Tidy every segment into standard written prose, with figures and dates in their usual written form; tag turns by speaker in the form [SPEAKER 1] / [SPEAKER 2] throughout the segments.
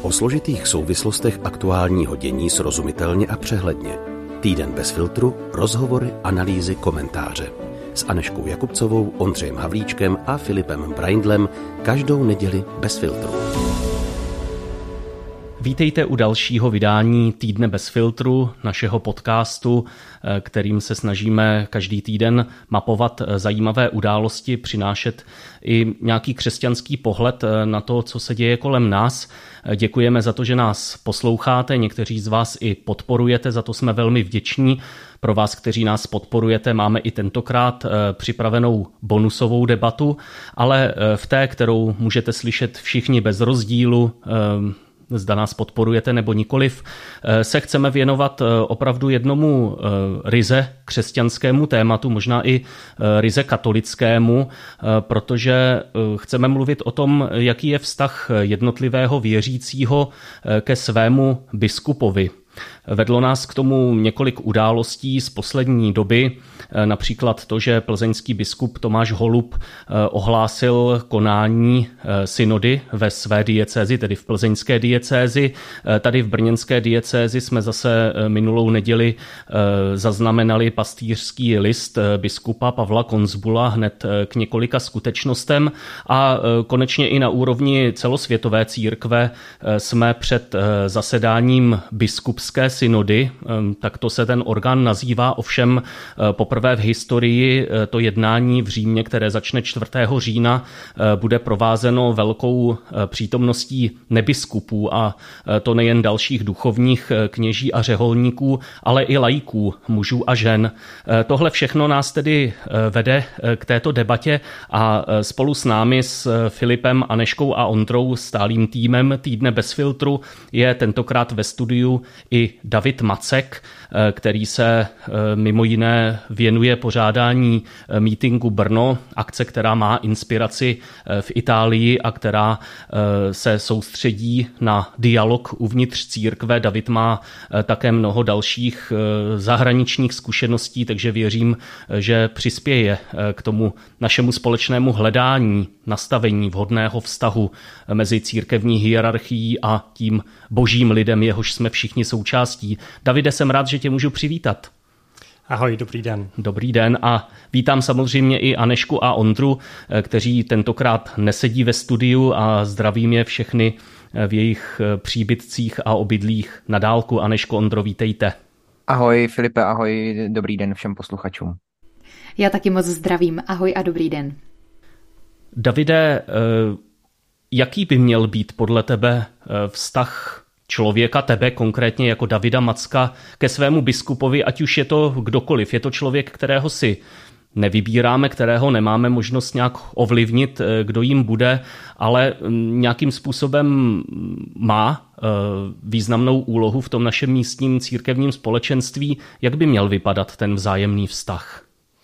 [SPEAKER 1] O složitých souvislostech aktuálního dění srozumitelně a přehledně. Týden bez filtru, rozhovory, analýzy, komentáře. S Anežkou Jakubcovou, Ondřejem Havlíčkem a Filipem Braindlem každou neděli bez filtru.
[SPEAKER 2] Vítejte u dalšího vydání Týdne bez filtru, našeho podcastu, kterým se snažíme každý týden mapovat zajímavé události, přinášet i nějaký křesťanský pohled na to, co se děje kolem nás. Děkujeme za to, že nás posloucháte, někteří z vás i podporujete, za to jsme velmi vděční. Pro vás, kteří nás podporujete, máme i tentokrát připravenou bonusovou debatu, ale v té, kterou můžete slyšet všichni bez rozdílu, zda nás podporujete nebo nikoliv, se chceme věnovat opravdu jednomu ryze křesťanskému tématu, možná i ryze katolickému, protože chceme mluvit o tom, jaký je vztah jednotlivého věřícího ke svému biskupovi. Vedlo nás k tomu několik událostí z poslední doby, například to, že plzeňský biskup Tomáš Holub ohlásil konání synody ve své diecézi, tedy v plzeňské diecézi. Tady v brněnské diecézi jsme zase minulou neděli zaznamenali pastýřský list biskupa Pavla Konzbula hned k několika skutečnostem a konečně i na úrovni celosvětové církve jsme před zasedáním biskupské synody, tak to se ten orgán nazývá, ovšem poprvé v historii to jednání v Římě, které začne 4. října, bude provázeno velkou přítomností nebiskupů a to nejen dalších duchovních kněží a řeholníků, ale i laiků, mužů a žen. Tohle všechno nás tedy vede k této debatě a spolu s námi, s Filipem, Anežkou a Ondrou, stálým týmem Týdne bez filtru, je tentokrát ve studiu i David Macek, který se mimo jiné věnuje pořádání meetingu Brno, akce, která má inspiraci v Itálii a která se soustředí na dialog uvnitř církve. David má také mnoho dalších zahraničních zkušeností, takže věřím, že přispěje k tomu našemu společnému hledání nastavení vhodného vztahu mezi církevní hierarchií a tím božím lidem, jehož jsme všichni součástí. Davide, jsem rád, že tě můžu přivítat.
[SPEAKER 3] Ahoj, dobrý den.
[SPEAKER 2] Dobrý den a vítám samozřejmě i Anežku a Ondru, kteří tentokrát nesedí ve studiu a zdravím je všechny v jejich příbytcích a obydlích na dálku. Anežko, Ondro, vítejte.
[SPEAKER 4] Ahoj Filipe, ahoj, dobrý den všem posluchačům.
[SPEAKER 5] Já taky moc zdravím, ahoj a dobrý den.
[SPEAKER 2] Davide, jaký by měl být podle tebe vztah člověka, tebe konkrétně jako Davida Macka, ke svému biskupovi, ať už je to kdokoliv? Je to člověk, kterého si nevybíráme, kterého nemáme možnost nějak ovlivnit, kdo jim bude, ale nějakým způsobem má významnou úlohu v tom našem místním církevním společenství. Jak by měl vypadat ten vzájemný vztah?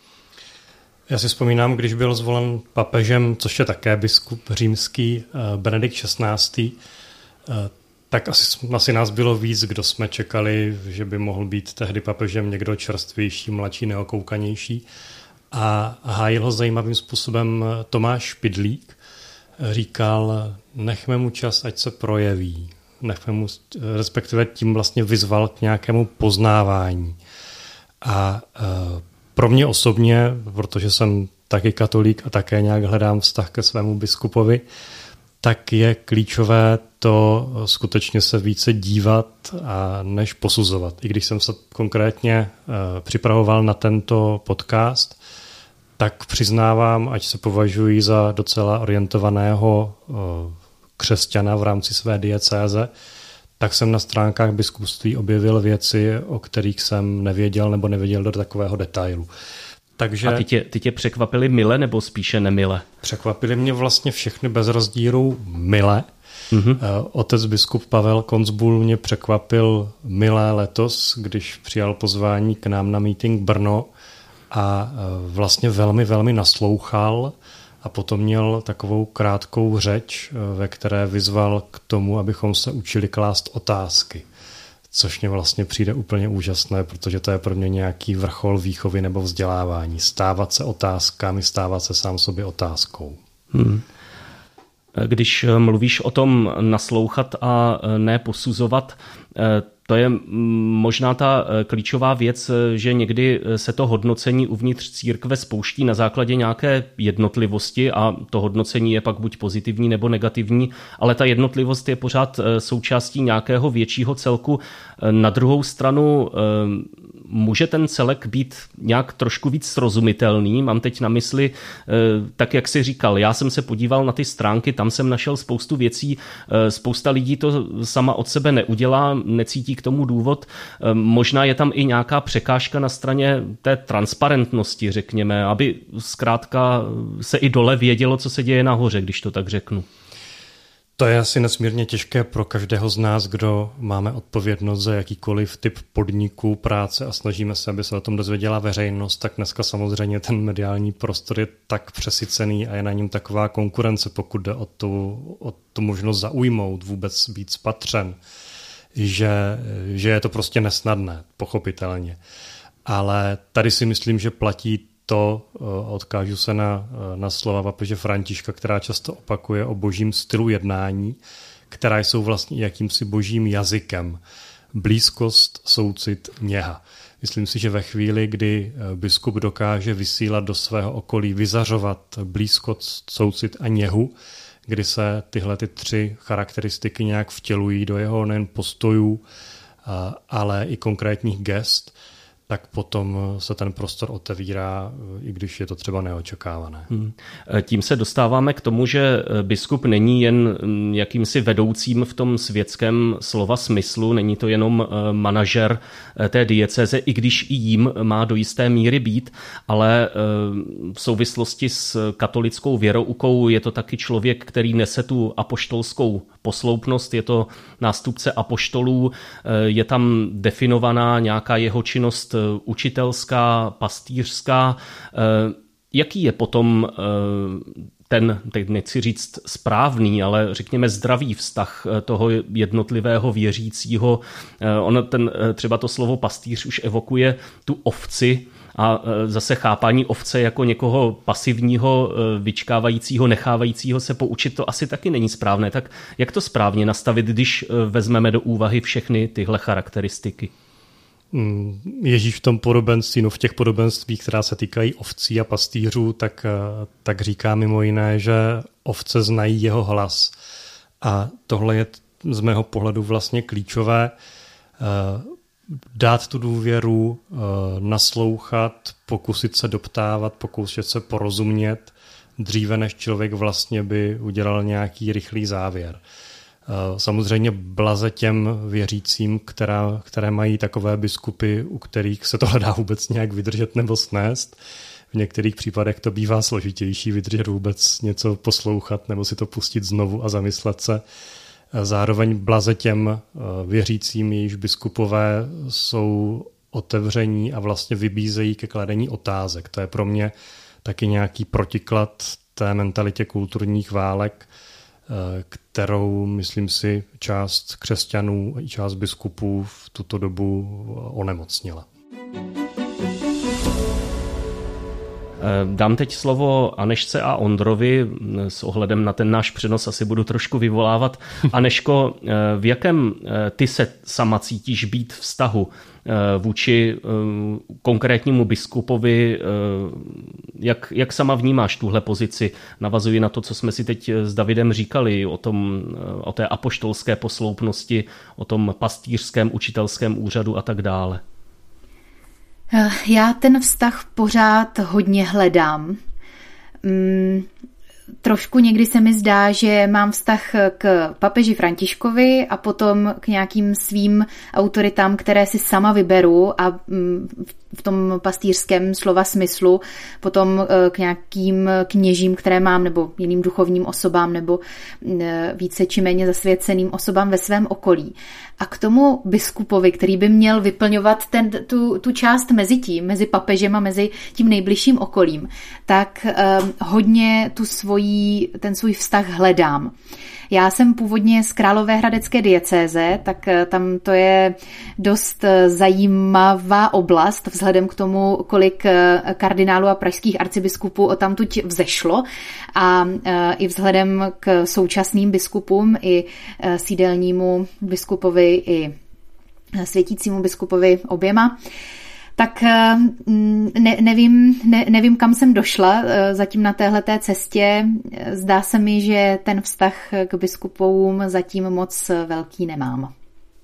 [SPEAKER 3] Já si vzpomínám, když byl zvolen papežem, což je také biskup římský, Benedikt XVI., tak asi nás bylo víc, kdo jsme čekali, že by mohl být tehdy papežem někdo čerstvější, mladší, neokoukanější. A hájil ho zajímavým způsobem Tomáš Špidlík. Říkal, nechme mu čas, ať se projeví. Nechme mu, respektive tím vlastně vyzval k nějakému poznávání. A pro mě osobně, protože jsem taky katolík a také nějak hledám vztah ke svému biskupovi, tak je klíčové to skutečně se více dívat a než posuzovat. I když jsem se konkrétně připravoval na tento podcast, tak přiznávám, ať se považuji za docela orientovaného křesťana v rámci své diecéze, tak jsem na stránkách biskupství objevil věci, o kterých jsem nevěděl nebo nevěděl do takového detailu. Takže
[SPEAKER 2] a ty tě překvapily mile nebo spíše nemile?
[SPEAKER 3] Překvapily mě vlastně všechny bez rozdílu mile. Mm-hmm. Otec biskup Pavel Konzbul mě překvapil mile letos, když přijal pozvání k nám na meeting Brno a vlastně velmi, velmi naslouchal a potom měl takovou krátkou řeč, ve které vyzval k tomu, abychom se učili klást otázky. Což mě vlastně přijde úplně úžasné, protože to je pro mě nějaký vrchol výchovy nebo vzdělávání. Stávat se otázkami, stávat se sám sobě otázkou.
[SPEAKER 2] Když mluvíš o tom naslouchat a ne posuzovat, to je možná ta klíčová věc, že někdy se to hodnocení uvnitř církve spouští na základě nějaké jednotlivosti a to hodnocení je pak buď pozitivní nebo negativní, ale ta jednotlivost je pořád součástí nějakého většího celku. Na druhou stranu může ten celek být nějak trošku víc srozumitelný. Mám teď na mysli, tak jak jsi říkal, já jsem se podíval na ty stránky, tam jsem našel spoustu věcí, spousta lidí to sama od sebe neudělá, necítí k tomu důvod. Možná je tam i nějaká překážka na straně té transparentnosti, řekněme, aby zkrátka se i dole vědělo, co se děje nahoře, když to tak řeknu.
[SPEAKER 3] To je asi nesmírně těžké pro každého z nás, kdo máme odpovědnost za jakýkoliv typ podniku, práce a snažíme se, aby se o tom dozvěděla veřejnost, tak dneska samozřejmě ten mediální prostor je tak přesycený a je na něm taková konkurence, pokud jde o tu možnost zaujmout, vůbec být spatřen, že je to prostě nesnadné, pochopitelně. Ale tady si myslím, že platí to, odkážu se na slova papeže Františka, která často opakuje o božím stylu jednání, která jsou vlastně jakýmsi božím jazykem. Blízkost, soucit, něha. Myslím si, že ve chvíli, kdy biskup dokáže vysílat do svého okolí, vyzařovat blízkost, soucit a něhu, kdy se tyhle ty tři charakteristiky nějak vtělují do jeho nejen postojů, ale i konkrétních gest, tak potom se ten prostor otevírá, i když je to třeba neočekávané.
[SPEAKER 2] Tím se dostáváme k tomu, že biskup není jen jakýmsi vedoucím v tom světském slova smyslu, není to jenom manažer té diecéze, i když i jím má do jisté míry být, ale v souvislosti s katolickou věroukou je to taky člověk, který nese tu apoštolskou posloupnost, je to nástupce apoštolů, je tam definovaná nějaká jeho činnost učitelská, pastýřská. Jaký je potom ten, teď nechci říct správný, ale řekněme zdravý vztah toho jednotlivého věřícího? Třeba to slovo pastýř už evokuje tu ovci, a zase chápání ovce jako někoho pasivního, vyčkávajícího, nechávajícího se poučit, to asi taky není správné. Tak jak to správně nastavit, když vezmeme do úvahy všechny tyhle charakteristiky?
[SPEAKER 3] Ježíš v tom podobenství, v těch podobenstvích, která se týkají ovcí a pastýřů, tak říká mimo jiné, že ovce znají jeho hlas. A tohle je z mého pohledu vlastně klíčové. Dát tu důvěru, naslouchat, pokusit se doptávat, pokusit se porozumět, dříve než člověk vlastně by udělal nějaký rychlý závěr. Samozřejmě blaze těm věřícím, které mají takové biskupy, u kterých se tohle dá vůbec nějak vydržet nebo snést. V některých případech to bývá složitější vydržet vůbec něco poslouchat nebo si to pustit znovu a zamyslet se. Zároveň blaze těm věřícím, jejichž biskupové jsou otevření a vlastně vybízejí ke kladení otázek. To je pro mě taky nějaký protiklad té mentalitě kulturních válek, kterou, myslím si, část křesťanů i část biskupů v tuto dobu onemocnila.
[SPEAKER 2] Dám teď slovo Anežce a Ondrovi. S ohledem na ten náš přenos asi budu trošku vyvolávat. Anežko, v jakém ty se sama cítíš být vztahu vůči konkrétnímu biskupovi? Jak sama vnímáš tuhle pozici? Navazuji na to, co jsme si teď s Davidem říkali o té apoštolské posloupnosti, o tom pastýřském učitelském úřadu a tak dále.
[SPEAKER 5] Já ten vztah pořád hodně hledám. Trošku někdy se mi zdá, že mám vztah k papeži Františkovi a potom k nějakým svým autoritám, které si sama vyberu a v tom pastýřském slova smyslu, potom k nějakým kněžím, které mám, nebo jiným duchovním osobám, nebo více či méně zasvěceným osobám ve svém okolí. A k tomu biskupovi, který by měl vyplňovat tu část mezi papežem a mezi tím nejbližším okolím, tak hodně ten svůj vztah hledám. Já jsem původně z Královéhradecké diecéze, tak tam to je dost zajímavá oblast vzhledem k tomu, kolik kardinálů a pražských arcibiskupů odtamtud vzešlo a i vzhledem k současným biskupům i sídelnímu biskupovi i světícímu biskupovi oběma. Tak nevím, kam jsem došla zatím na téhleté cestě. Zdá se mi, že ten vztah k biskupům zatím moc velký nemám.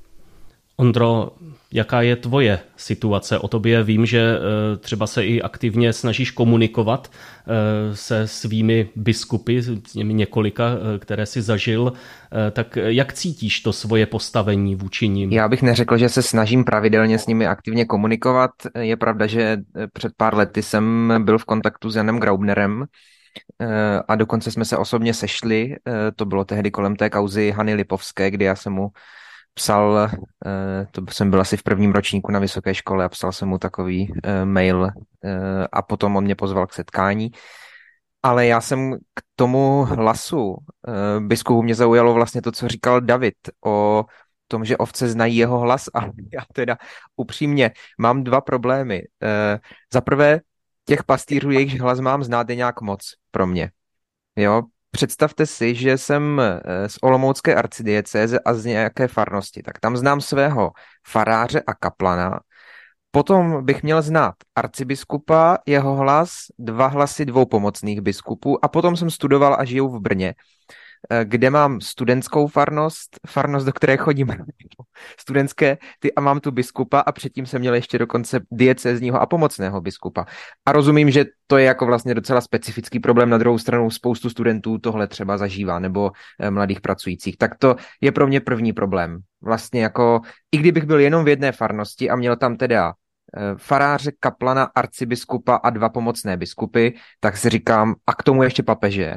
[SPEAKER 2] Ondro, jaká je tvoje situace? O tobě vím, že třeba se i aktivně snažíš komunikovat se svými biskupy, s těmi několika, které jsi zažil. Tak jak cítíš to svoje postavení vůči nim?
[SPEAKER 4] Já bych neřekl, že se snažím pravidelně s nimi aktivně komunikovat. Je pravda, že před pár lety jsem byl v kontaktu s Janem Graubnerem a dokonce jsme se osobně sešli. To bylo tehdy kolem té kauzy Hany Lipovské, kdy já jsem mu psal, to jsem byl asi v prvním ročníku na vysoké škole a psal jsem mu takový mail a potom on mě pozval k setkání. Ale já jsem k tomu hlasu biskupu mě zaujalo vlastně to, co říkal David o tom, že ovce znají jeho hlas a já teda upřímně mám dva problémy. Za prvé, těch pastýřů, jejichž hlas mám znát, je nějak moc pro mě. Jo? Představte si, že jsem z Olomoucké arcidiecéze a z nějaké farnosti, tak tam znám svého faráře a kaplana, potom bych měl znát arcibiskupa, jeho hlas, 2 hlasy 2 pomocných biskupů a potom jsem studoval a žiju v Brně, kde mám studentskou farnost, do které chodím studentské, a mám tu biskupa a předtím jsem měl ještě dokonce diecézního a pomocného biskupa. A rozumím, že to je jako vlastně docela specifický problém, na druhou stranu spoustu studentů tohle třeba zažívá, nebo mladých pracujících. Tak to je pro mě první problém. Vlastně jako, i kdybych byl jenom v jedné farnosti a měl tam teda faráře, kaplana, arcibiskupa a 2 pomocné biskupy, tak si říkám, a k tomu ještě papeže,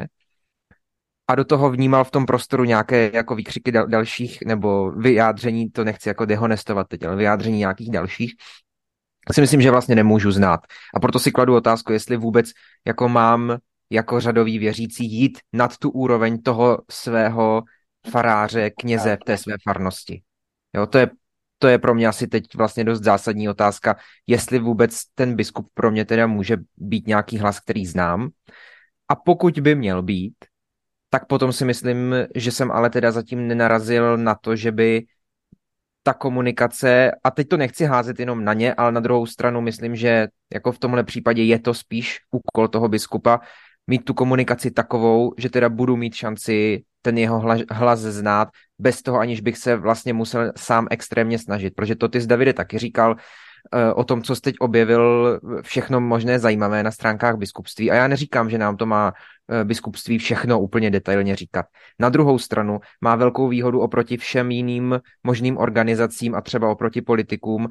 [SPEAKER 4] a do toho vnímal v tom prostoru nějaké jako výkřiky dalších, nebo vyjádření, to nechci jako dehonestovat teď, ale vyjádření nějakých dalších, si myslím, že vlastně nemůžu znát. A proto si kladu otázku, jestli vůbec jako mám jako řadový věřící jít nad tu úroveň toho svého faráře, kněze v té své farnosti. Jo, to je pro mě asi teď vlastně dost zásadní otázka, jestli vůbec ten biskup pro mě teda může být nějaký hlas, který znám. A pokud by měl být, tak potom si myslím, že jsem ale teda zatím nenarazil na to, že by ta komunikace, a teď to nechci házet jenom na ně, ale na druhou stranu myslím, že jako v tomhle případě je to spíš úkol toho biskupa, mít tu komunikaci takovou, že teda budu mít šanci ten jeho hlas znát, bez toho, aniž bych se vlastně musel sám extrémně snažit, protože to ty z Davide taky říkal o tom, co jsi teď objevil, všechno možné zajímavé na stránkách biskupství. A já neříkám, že nám to má biskupství všechno úplně detailně říkat. Na druhou stranu má velkou výhodu oproti všem jiným možným organizacím a třeba oproti politikům,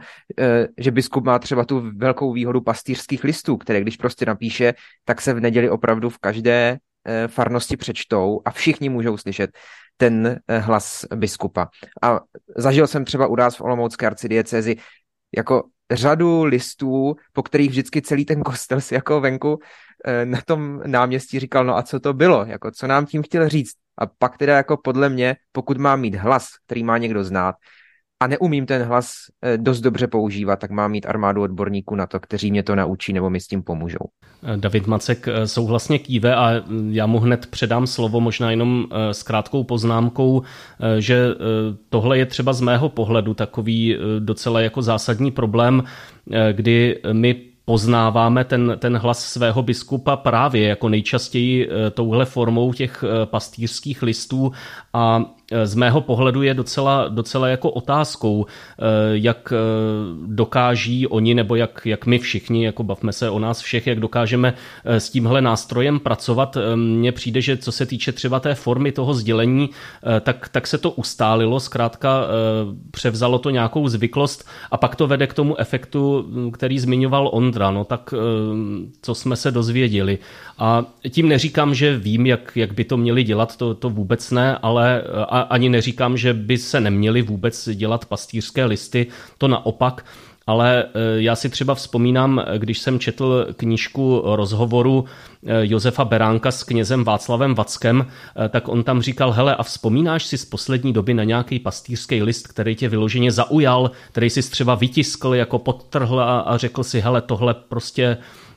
[SPEAKER 4] že biskup má třeba tu velkou výhodu pastýřských listů, které když prostě napíše, tak se v neděli opravdu v každé farnosti přečtou a všichni můžou slyšet ten hlas biskupa. A zažil jsem třeba u nás v Olomoucké arcidiecézi jako řadu listů, po kterých vždycky celý ten kostel si jako venku na tom náměstí říkal, no a co to bylo, jako co nám tím chtěl říct. A pak teda jako podle mě, pokud mám mít hlas, který má někdo znát, a neumím ten hlas dost dobře používat, tak mám mít armádu odborníků na to, kteří mě to naučí nebo mi s tím pomůžou.
[SPEAKER 2] David Macek souhlasně kýve a já mu hned předám slovo, možná jenom s krátkou poznámkou, že tohle je třeba z mého pohledu takový docela jako zásadní problém, kdy my poznáváme ten hlas svého biskupa právě jako nejčastěji touhle formou těch pastýřských listů a z mého pohledu je docela jako otázkou, jak dokáží oni, nebo jak my všichni, jako bavme se o nás všech, jak dokážeme s tímhle nástrojem pracovat. Mně přijde, že co se týče třeba té formy toho sdělení, tak se to ustálilo, zkrátka převzalo to nějakou zvyklost a pak to vede k tomu efektu, který zmiňoval Ondra, no tak co jsme se dozvěděli. A tím neříkám, že vím, jak by to měli dělat, to vůbec ne, ale ani neříkám, že by se neměly vůbec dělat pastýřské listy, to naopak, ale já si třeba vzpomínám, když jsem četl knížku rozhovoru Josefa Beránka s knězem Václavem Vackem, tak on tam říkal, hele, a vzpomínáš si z poslední doby na nějaký pastýřský list, který tě vyloženě zaujal, který jsi třeba vytiskl, jako podtrhl a řekl si, hele, tohle prostě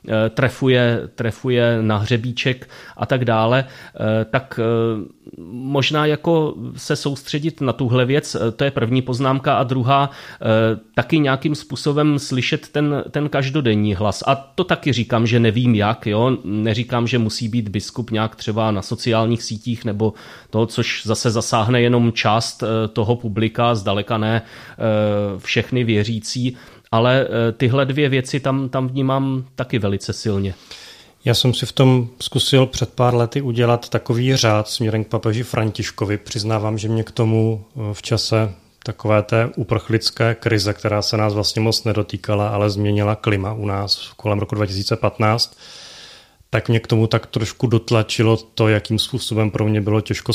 [SPEAKER 2] trefuje na hřebíček a tak dále, tak možná jako se soustředit na tuhle věc, to je první poznámka, a druhá, taky nějakým způsobem slyšet ten každodenní hlas. A to taky říkám, že nevím jak, jo? Neříkám, že musí být biskup nějak třeba na sociálních sítích nebo to, což zase zasáhne jenom část toho publika, zdaleka ne všechny věřící, ale tyhle dvě věci tam vnímám taky velice silně.
[SPEAKER 3] Já jsem si v tom zkusil před pár lety udělat takový řád směrem k papeži Františkovi. Přiznávám, že mě k tomu v čase takové té uprchlické krize, která se nás vlastně moc nedotýkala, ale změnila klima u nás kolem roku 2015, tak mě k tomu tak trošku dotlačilo to, jakým způsobem pro mě bylo těžko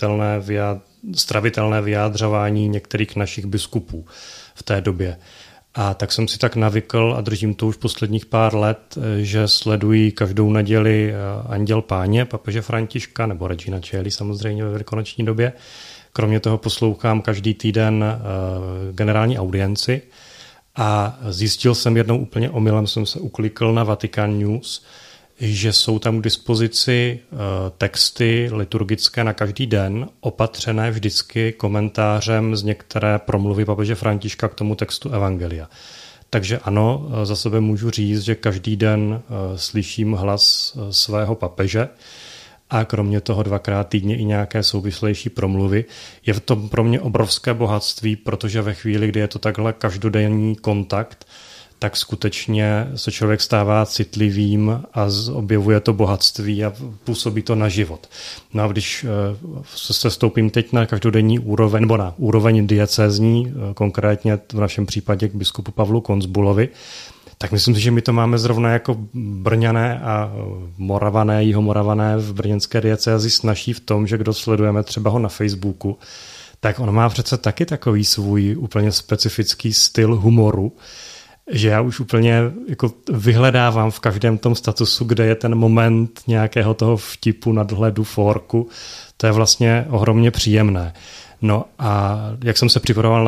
[SPEAKER 3] stravitelné vyjádřování některých našich biskupů v té době. A tak jsem si tak navykl a držím to už posledních pár let, že sleduji každou neděli Anděl Páně papeže Františka nebo Regina Coeli samozřejmě ve velikonoční době. Kromě toho poslouchám každý týden generální audienci a zjistil jsem jednou úplně omylem, jsem se uklikl na Vatican News, že jsou tam k dispozici texty liturgické na každý den, opatřené vždycky komentářem z některé promluvy papeže Františka k tomu textu Evangelia. Takže ano, za sebe můžu říct, že každý den slyším hlas svého papeže a kromě toho 2krát týdně i nějaké souvislejší promluvy. Je v tom pro mě obrovské bohatství, protože ve chvíli, kdy je to takhle každodenní kontakt, tak skutečně se člověk stává citlivým a objevuje to bohatství a působí to na život. No a když se stoupím teď na každodenní úroveň, nebo na úroveň diecézní, konkrétně v našem případě k biskupu Pavlu Konzbulovi, tak myslím si, že my to máme zrovna jako Brňané a Jihomoravané v brněnské diecézi snaží v tom, že kdo sledujeme třeba ho na Facebooku, tak on má přece taky takový svůj úplně specifický styl humoru, že já už úplně jako vyhledávám v každém tom statusu, kde je ten moment nějakého toho vtipu, nadhledu, forku. To je vlastně ohromně příjemné. No a jak jsem se připravoval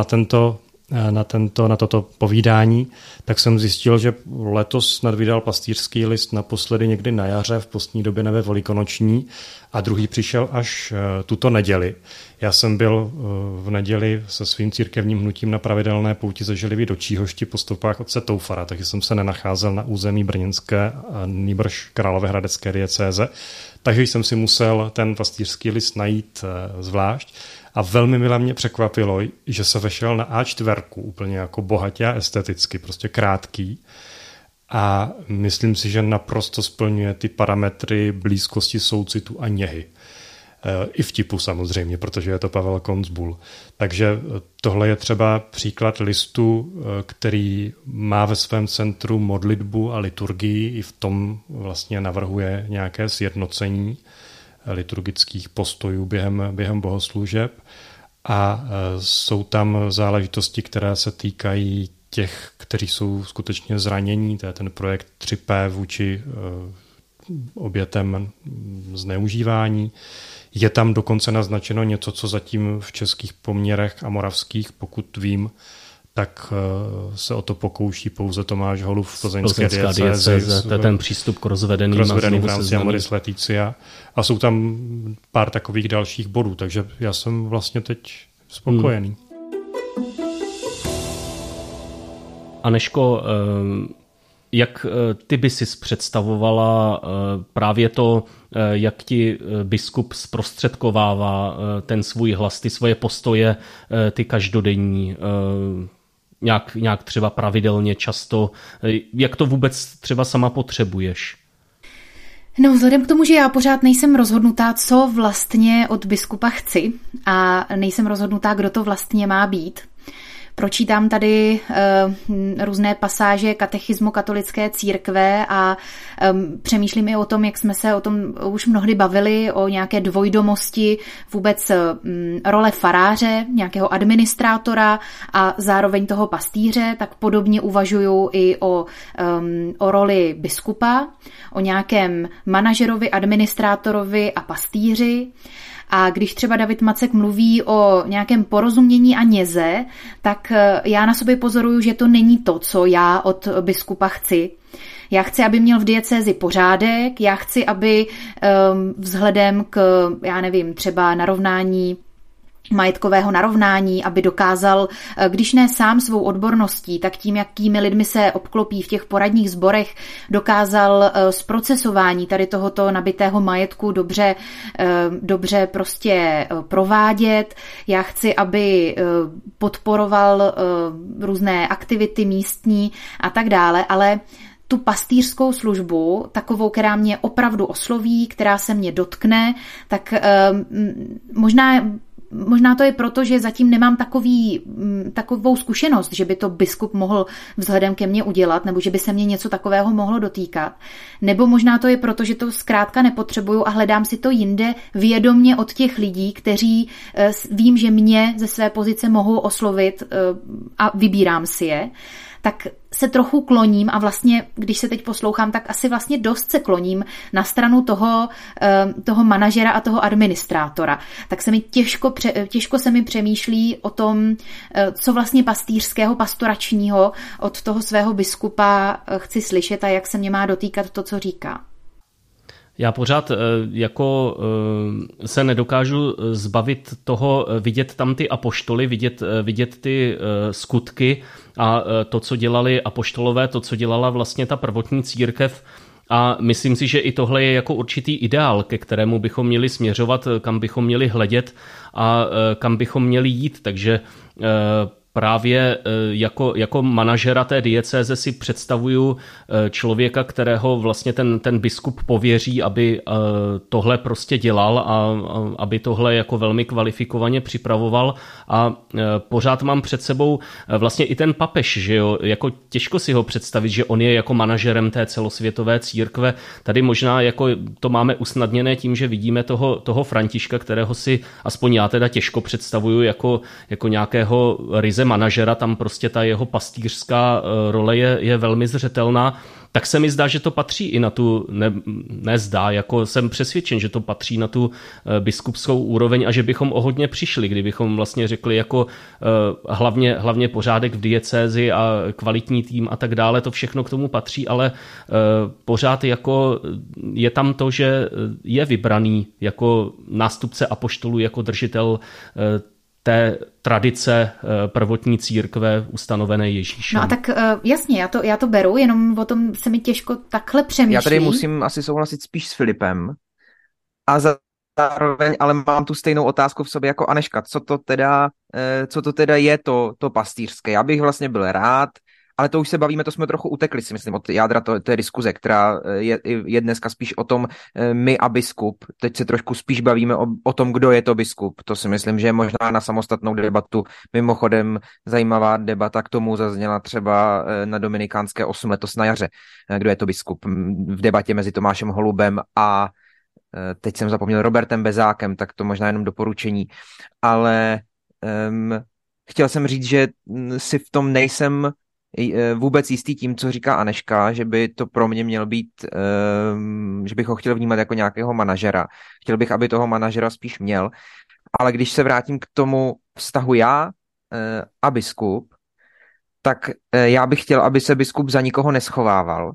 [SPEAKER 3] na toto povídání, tak jsem zjistil, že letos nadvydal pastýřský list naposledy někdy na jaře, v postní době nebo velikonoční, a druhý přišel až tuto neděli. Já jsem byl v neděli se svým církevním hnutím na pravidelné pouti ze Žilivy do Číhošti po stopách otce Toufara, takže jsem se nenacházel na území brněnské a nýbrž královéhradecké diecéze, takže jsem si musel ten pastýřský list najít zvlášť. A velmi mile mě překvapilo, že se vešel na A4, úplně jako bohatě a esteticky, prostě krátký. A myslím si, že naprosto splňuje ty parametry blízkosti, soucitu a něhy. I vtipu samozřejmě, protože je to Pavel Konzbul. Takže tohle je třeba příklad listu, který má ve svém centru modlitbu a liturgii, i v tom vlastně navrhuje nějaké sjednocení liturgických postojů během bohoslužeb a jsou tam záležitosti, které se týkají těch, kteří jsou skutečně zranění, to je ten projekt 3P vůči obětem zneužívání. Je tam dokonce naznačeno něco, co zatím v českých poměrech a moravských, pokud vím, tak se o to pokouší pouze Tomáš Holub v plzeňské diecézi.
[SPEAKER 2] To je ten přístup k rozvedeným
[SPEAKER 3] v rámci Amoris Laetitia. A jsou tam pár takových dalších bodů, takže já jsem vlastně teď spokojený.
[SPEAKER 2] Anežko, jak ty by si představovala právě to, jak ti biskup zprostředkovává ten svůj hlas, ty svoje postoje, ty každodenní, nějak třeba pravidelně, často, jak to vůbec třeba sama potřebuješ?
[SPEAKER 5] No, vzhledem k tomu, že já pořád nejsem rozhodnutá, co vlastně od biskupa chci a nejsem rozhodnutá, kdo to vlastně má být, pročítám tady různé pasáže katechismu katolické církve a přemýšlím i o tom, jak jsme se o tom už mnohdy bavili, o nějaké dvojdomosti vůbec role faráře, nějakého administrátora a zároveň toho pastýře, tak podobně uvažuju i o roli biskupa, o nějakém manažerovi, administrátorovi a pastýři. A když třeba David Macek mluví o nějakém porozumění a něze, tak já na sobě pozoruju, že to není to, co já od biskupa chci. Já chci, aby měl v diecézi pořádek, já chci, aby vzhledem k, já nevím, třeba narovnání majetkového narovnání, aby dokázal, když ne sám svou odborností, tak tím, jakými lidmi se obklopí v těch poradních sborech, dokázal zprocesování tady tohoto nabitého majetku dobře prostě provádět. Já chci, aby podporoval různé aktivity místní a tak dále, ale tu pastýřskou službu, takovou, která mě opravdu osloví, která se mě dotkne, tak možná to je proto, že zatím nemám takovou zkušenost, že by to biskup mohl vzhledem ke mně udělat, nebo že by se mě něco takového mohlo dotýkat. Nebo možná to je proto, že to zkrátka nepotřebuju a hledám si to jinde vědomně od těch lidí, kteří vím, že mě ze své pozice mohou oslovit a vybírám si je. Tak se trochu kloním a vlastně, když se teď poslouchám, tak asi vlastně dost se kloním na stranu toho manažera a toho administrátora. Tak se mi těžko se mi přemýšlí o tom, co vlastně pastýřského, pastoračního od toho svého biskupa chci slyšet a jak se mě má dotýkat to, co říká.
[SPEAKER 2] Já pořád jako se nedokážu zbavit toho, vidět tam ty apoštoly, vidět ty skutky a to, co dělali apoštolové, to, co dělala vlastně ta prvotní církev. A myslím si, že i tohle je jako určitý ideál, ke kterému bychom měli směřovat, kam bychom měli hledět a kam bychom měli jít. Takže právě jako manažera té diecéze si představuju člověka, kterého vlastně ten biskup pověří, aby tohle prostě dělal a aby tohle jako velmi kvalifikovaně připravoval. A pořád mám před sebou vlastně i ten papež, že jo, jako těžko si ho představit, že on je jako manažerem té celosvětové církve. Tady možná jako to máme usnadněné tím, že vidíme toho Františka, kterého si aspoň já teda těžko představuju jako nějakého ryze manažera, tam prostě ta jeho pastýřská role je velmi zřetelná, tak se mi zdá, že to patří i na tu, jako jsem přesvědčen, že to patří na tu biskupskou úroveň a že bychom o hodně přišli, kdybychom vlastně řekli jako hlavně pořádek v diecézi a kvalitní tým a tak dále, to všechno k tomu patří, ale pořád jako je tam to, že je vybraný jako nástupce apoštolů, jako držitel té tradice prvotní církve ustanovené Ježíšem.
[SPEAKER 5] No a tak jasně, já to beru, jenom o tom se mi těžko takhle přemýšlí.
[SPEAKER 4] Já tady musím asi souhlasit spíš s Filipem a zároveň, ale mám tu stejnou otázku v sobě jako Aneška. Co to teda je to pastýřské? Já bych vlastně byl rád, ale to už se bavíme, to jsme trochu utekli, si myslím, od jádra té diskuze, která je dneska spíš o tom my a biskup. Teď se trošku spíš bavíme o tom, kdo je to biskup. To si myslím, že je možná na samostatnou debatu. Mimochodem zajímavá debata k tomu zazněla třeba na Dominikánské 8 letos na jaře. Kdo je to biskup? V debatě mezi Tomášem Holubem a teď jsem zapomněl Robertem Bezákem, tak to možná jenom doporučení. Ale chtěl jsem říct, že si v tom nejsem vůbec jistý tím, co říká Aneška, že by to pro mě měl být, že bych ho chtěl vnímat jako nějakého manažera. Chtěl bych, aby toho manažera spíš měl, ale když se vrátím k tomu vztahu já a biskup, tak já bych chtěl, aby se biskup za nikoho neschovával,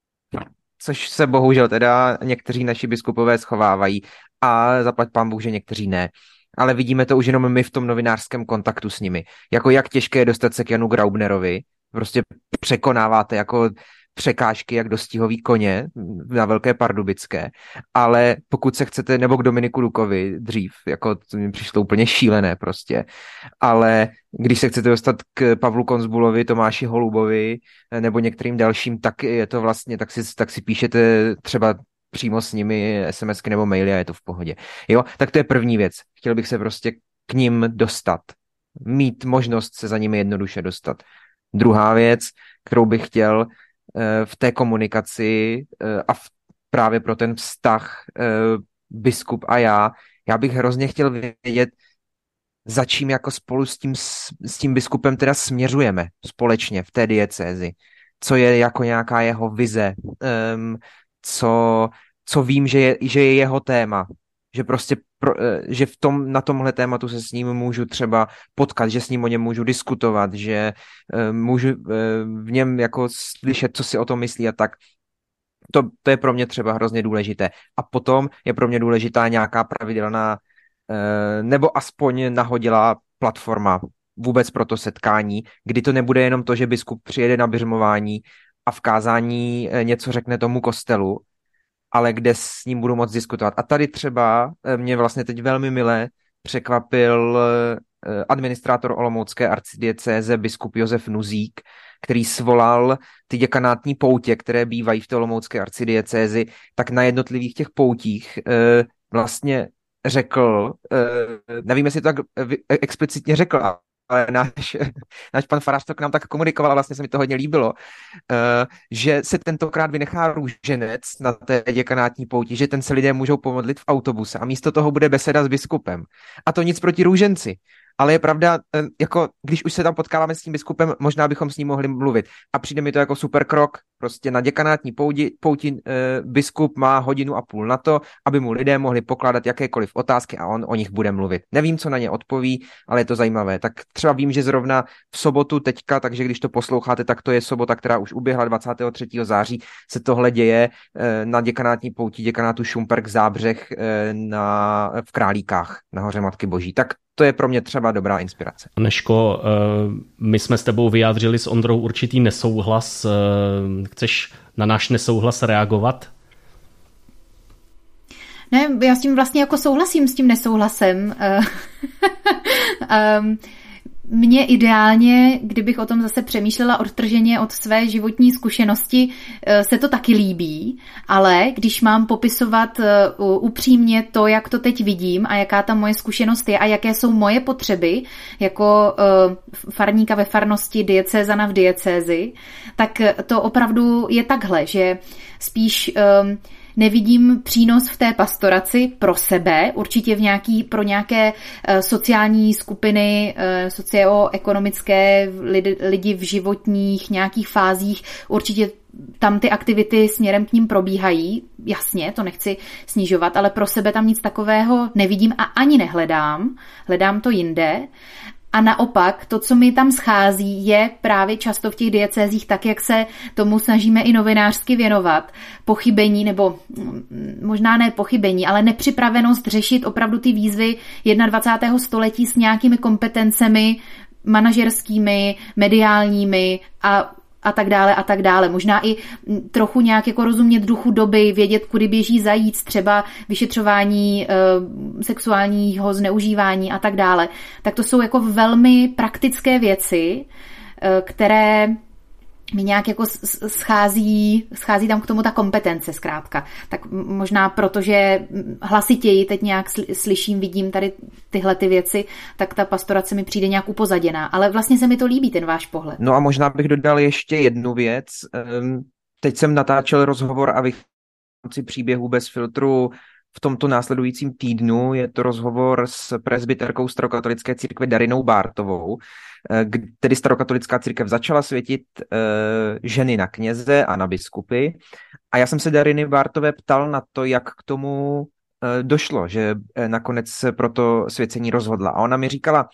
[SPEAKER 4] což se bohužel teda někteří naši biskupové schovávají a zaplať pán Bůh, že někteří ne. Ale vidíme to už jenom my v tom novinářském kontaktu s nimi. Jako jak těžké je dostat se k Janu Graubnerovi, prostě překonáváte jako překážky jak dostihový koně na Velké Pardubické, ale pokud se chcete, nebo k Dominiku Dukovi dřív, jako to mi přišlo úplně šílené prostě, ale když se chcete dostat k Pavlu Konzbulovi, Tomáši Holubovi nebo některým dalším, tak je to vlastně, tak si píšete třeba přímo s nimi SMSky nebo maily a je to v pohodě. Jo, tak to je první věc. Chtěl bych se prostě k ním dostat. mít možnost se za nimi jednoduše dostat. Druhá věc, kterou bych chtěl v té komunikaci a právě pro ten vztah biskup a já bych hrozně chtěl vědět, za čím jako spolu s tím biskupem teda směřujeme společně v té diecézi. Co je jako nějaká jeho vize, co vím, že je jeho téma. Že prostě že na tomhle tématu se s ním můžu třeba potkat, že s ním o něm můžu diskutovat, že můžu v něm jako slyšet, co si o tom myslí a tak. To je pro mě třeba hrozně důležité. A potom je pro mě důležitá nějaká pravidelná nebo aspoň nahodilá platforma vůbec pro to setkání, kdy to nebude jenom to, že biskup přijede na biřmování a v kázání něco řekne tomu kostelu, ale kde s ním budu moct diskutovat. A tady třeba mě vlastně teď velmi milé překvapil administrátor olomoucké arcidiecéze biskup Josef Nuzík, který svolal ty děkanátní poutě, které bývají v té olomoucké arcidiecézi, tak na jednotlivých těch poutích vlastně řekl, nevím, jestli to tak explicitně řekl, ale náš pan farář to k nám tak komunikoval a vlastně se mi to hodně líbilo, že se tentokrát vynechá růženec na té děkanátní pouti, že ten se lidé můžou pomodlit v autobuse a místo toho bude beseda s biskupem. A to nic proti růženci. Ale je pravda, jako když už se tam potkáváme s tím biskupem, možná bychom s ním mohli mluvit. A přijde mi to jako super krok. Prostě na děkanátní pouti biskup má 1,5 hodiny na to, aby mu lidé mohli pokládat jakékoliv otázky a on o nich bude mluvit. Nevím, co na ně odpoví, ale je to zajímavé. Tak třeba vím, že zrovna v sobotu teďka, takže když to posloucháte, tak to je sobota, která už uběhla 23. září, se tohle děje na děkanátní pouti děkanátu Šumperk Zábřeh v Králíkách na Hoře Matky Boží. Tak to je pro mě třeba dobrá inspirace.
[SPEAKER 2] Aneško, my jsme s tebou vyjádřili s Ondrou určitý nesouhlas. Chceš na náš nesouhlas reagovat?
[SPEAKER 5] Ne, já s tím vlastně jako souhlasím s tím nesouhlasem. Mně ideálně, kdybych o tom zase přemýšlela odtrženě od své životní zkušenosti, se to taky líbí, ale když mám popisovat upřímně to, jak to teď vidím a jaká ta moje zkušenost je a jaké jsou moje potřeby jako farníka ve farnosti, diecézana v diecézi, tak to opravdu je takhle, že spíš nevidím přínos v té pastoraci pro sebe, určitě pro nějaké sociální skupiny, socioekonomické lidi v životních nějakých fázích, určitě tam ty aktivity směrem k ním probíhají, jasně, to nechci snižovat, ale pro sebe tam nic takového nevidím a ani nehledám, hledám to jinde. A naopak, to, co mi tam schází, je právě často v těch diecézích, tak jak se tomu snažíme i novinářsky věnovat, pochybení, nebo možná ne pochybení, ale nepřipravenost řešit opravdu ty výzvy 21. století s nějakými kompetencemi manažerskými, mediálními a tak dále a tak dále. Možná i trochu nějak jako rozumět duchu doby, vědět, kudy běží zajíc, třeba vyšetřování sexuálního zneužívání a tak dále. Tak to jsou jako velmi praktické věci, které mi nějak jako schází tam k tomu ta kompetence zkrátka. Tak možná protože hlasitěji teď nějak slyším, vidím tady tyhle ty věci, tak ta pastorace mi přijde nějak upozaděná. Ale vlastně se mi to líbí, ten váš pohled.
[SPEAKER 4] No a možná bych dodal ještě jednu věc. Teď jsem natáčel rozhovor a v příběhu bez filtru v tomto následujícím týdnu. Je to rozhovor s presbyterkou starokatolické církve Darinou Bártovou, tedy starokatolická církev začala světit ženy na kněze a na biskupy. A já jsem se Dariny Bártové ptal na to, jak k tomu došlo, že nakonec se pro to svěcení rozhodla. A ona mi říkala,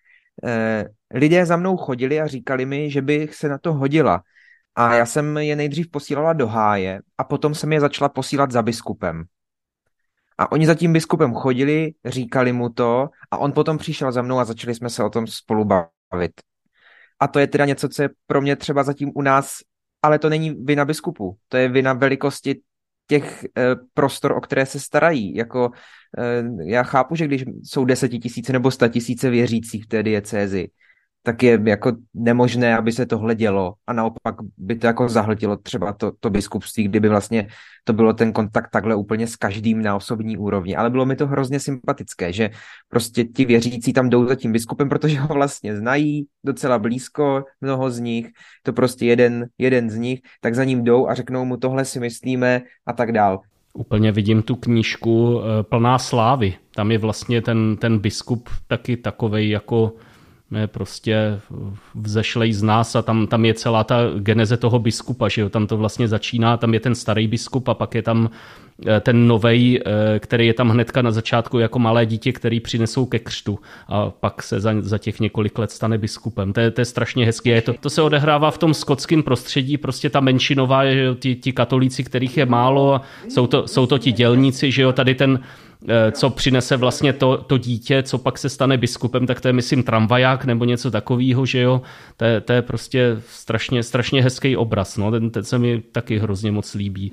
[SPEAKER 4] lidé za mnou chodili a říkali mi, že bych se na to hodila. A já jsem je nejdřív posílala do háje a potom jsem je začala posílat za biskupem. A oni za tím biskupem chodili, říkali mu to a on potom přišel za mnou a začali jsme se o tom spolu bavit. A to je teda něco, co je pro mě třeba zatím u nás, ale to není vina biskupů, to je vina velikosti těch prostor, o které se starají. Jako, já chápu, že když jsou 10 000 nebo 100 000 věřících v té diecézi, tak je jako nemožné, aby se tohle dělo a naopak by to jako zahltilo třeba to biskupství, kdyby vlastně to bylo ten kontakt takhle úplně s každým na osobní úrovni. Ale bylo mi to hrozně sympatické, že prostě ti věřící tam jdou za tím biskupem, protože ho vlastně znají docela blízko, mnoho z nich, to prostě jeden z nich, tak za ním jdou a řeknou mu tohle si myslíme a tak dál.
[SPEAKER 2] Úplně vidím tu knížku plná slávy. Tam je vlastně ten biskup taky takovej jako prostě vzešlej z nás a tam je celá ta geneze toho biskupa, že jo, tam to vlastně začíná, tam je ten starý biskup a pak je tam ten novej, který je tam hnedka na začátku jako malé dítě, který přinesou ke křtu a pak se za těch několik let stane biskupem. To je strašně hezké. To se odehrává v tom skotském prostředí, prostě ta menšinová, že jo, ti katolíci, kterých je málo, jsou to ti dělníci, že jo, tady ten co přinese vlastně to dítě, co pak se stane biskupem, tak to je, myslím, tramvaják nebo něco takového, že jo. To je prostě strašně hezký obraz, no. Ten se mi taky hrozně moc líbí.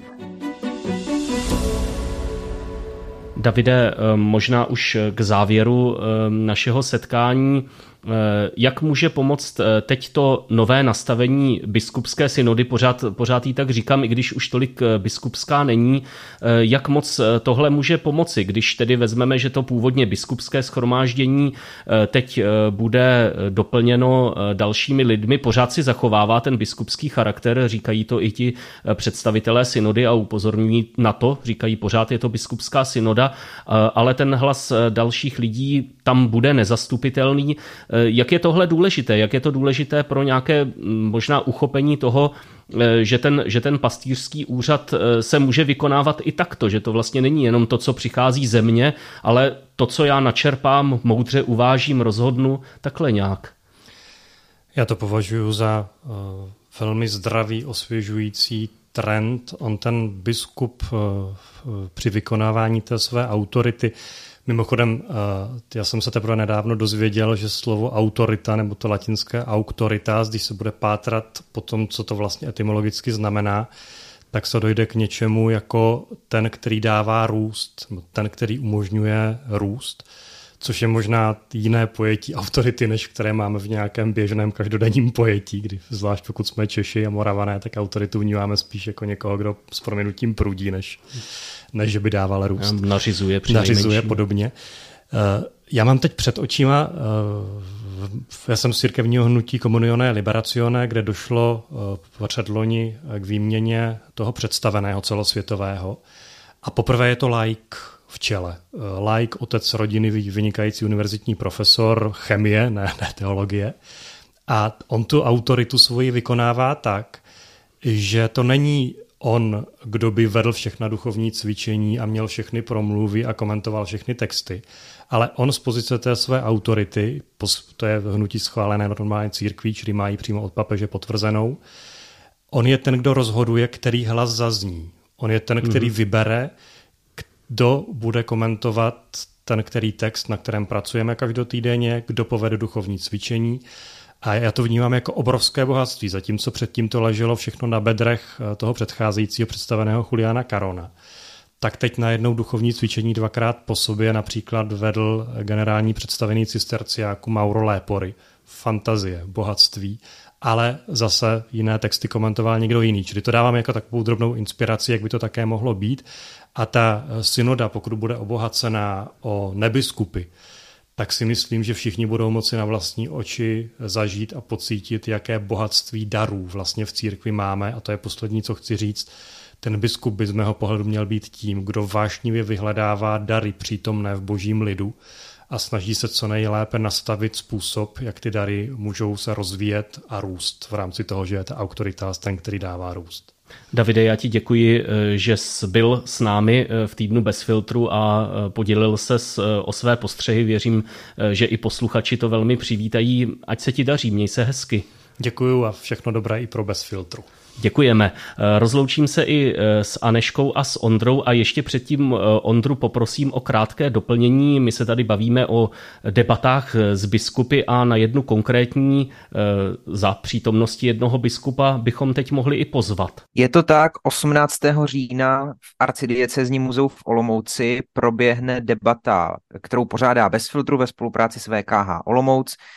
[SPEAKER 2] Davide, možná už k závěru našeho setkání, jak může pomoct teď to nové nastavení biskupské synody, pořád jí tak říkám, i když už tolik biskupská není, jak moc tohle může pomoci, když tedy vezmeme, že to původně biskupské shromáždění teď bude doplněno dalšími lidmi, pořád si zachovává ten biskupský charakter, říkají to i ti představitelé synody a upozorňují na to, říkají pořád je to biskupská synoda, ale ten hlas dalších lidí tam bude nezastupitelný. Jak je tohle důležité? Jak je to důležité pro nějaké možná uchopení toho, že ten pastýřský úřad se může vykonávat i takto, že to vlastně není jenom to, co přichází ze mě, ale to, co já načerpám, moudře uvážím, rozhodnu, takhle nějak.
[SPEAKER 3] Já to považuji za velmi zdravý, osvěžující trend. On ten biskup při vykonávání té své autority. Mimochodem, já jsem se teprve nedávno dozvěděl, že slovo autorita, nebo to latinské auctoritas, když se bude pátrat po tom, co to vlastně etymologicky znamená, tak se dojde k něčemu jako ten, který dává růst, ten, který umožňuje růst, což je možná jiné pojetí autority, než které máme v nějakém běžném každodenním pojetí, kdy zvlášť pokud jsme Češi a Moravané, tak autoritu vnímáme spíš jako někoho, kdo s prominutím prudí, než že by dával růst. Nařizuje podobně. Já mám teď před očima, já jsem z církevního hnutí Comunione Liberazione, kde došlo předloni k výměně toho představeného celosvětového. A poprvé je to laik v čele. Laik, otec rodiny, vynikající univerzitní profesor chemie, ne teologie. A on tu autoritu svoji vykonává tak, že to není on, kdo by vedl všechna duchovní cvičení a měl všechny promluvy a komentoval všechny texty, ale on z pozice té své autority, to je hnutí schválené normálně církví, čili mají přímo od papeže potvrzenou, on je ten, kdo rozhoduje, který hlas zazní. On je ten, který vybere, kdo bude komentovat ten, který text, na kterém pracujeme každotýdenně, kdo povede duchovní cvičení. A já to vnímám jako obrovské bohatství, zatímco předtím to leželo všechno na bedrech toho předcházejícího představeného Juliana Carona. Tak teď najednou duchovní cvičení dvakrát po sobě například vedl generální představený cisterciáku Mauro Lepori. Fantazie, bohatství, ale zase jiné texty komentoval někdo jiný. Čili to dávám jako takovou drobnou inspiraci, jak by to také mohlo být. A ta synoda, pokud bude obohacená o nebiskupy, tak si myslím, že všichni budou moci na vlastní oči zažít a pocítit, jaké bohatství darů vlastně v církvi máme. A to je poslední, co chci říct. Ten biskup by z mého pohledu měl být tím, kdo vášnivě vyhledává dary přítomné v božím lidu a snaží se co nejlépe nastavit způsob, jak ty dary můžou se rozvíjet a růst v rámci toho, že je ta autoritas ten, který dává růst.
[SPEAKER 2] Davide, já ti děkuji, že jsi byl s námi v Týdnu bez filtru a podělil ses o své postřehy. Věřím, že i posluchači to velmi přivítají. Ať se ti daří, měj se hezky.
[SPEAKER 3] Děkuju a všechno dobré i pro Bez filtru.
[SPEAKER 2] Děkujeme. Rozloučím se i s Aneškou a s Ondrou a ještě předtím Ondru poprosím o krátké doplnění. My se tady bavíme o debatách s biskupy a na jednu konkrétní za přítomnosti jednoho biskupa bychom teď mohli i pozvat.
[SPEAKER 4] Je to tak, 18. října v arcidiecézním muzeu v Olomouci proběhne debata, kterou pořádá Bez filtru ve spolupráci s VKH Olomouc.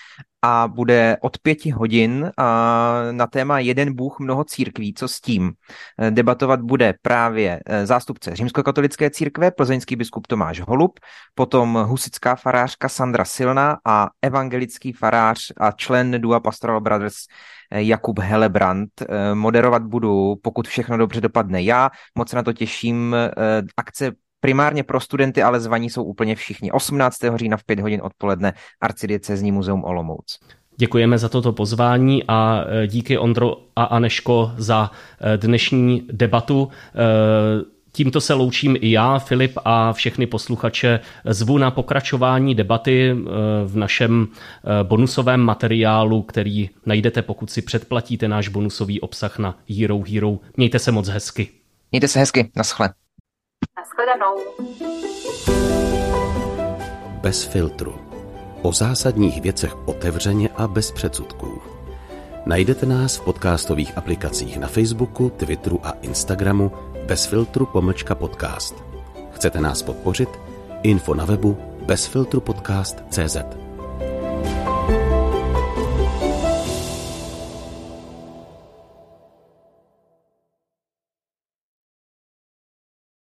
[SPEAKER 4] a bude od 5 hodin na téma Jeden Bůh, mnoho církví, co s tím. Debatovat bude právě zástupce římskokatolické církve, plzeňský biskup Tomáš Holub, potom husitská farářka Sandra Silná a evangelický farář a člen Dua Pastoral Brothers Jakub Helebrant. Moderovat budu, pokud všechno dobře dopadne, já. Moc se na to těším. Akce primárně pro studenty, ale zvaní jsou úplně všichni. 18. října v 5 hodin odpoledne Arcidiecézní muzeum Olomouc.
[SPEAKER 2] Děkujeme za toto pozvání a díky Ondro a Aneško za dnešní debatu. Tímto se loučím i já, Filip, a všechny posluchače zvu na pokračování debaty v našem bonusovém materiálu, který najdete, pokud si předplatíte náš bonusový obsah na Hero Hero. Mějte se moc hezky.
[SPEAKER 4] Mějte se hezky, naschle.
[SPEAKER 5] Naschledanou.
[SPEAKER 1] Bez filtru. O zásadních věcech otevřeně a bez předsudků. Najdete nás v podcastových aplikacích na Facebooku, Twitteru a Instagramu bezfiltru_podcast. Chcete nás podpořit? Info na webu bezfiltrupodcast.cz.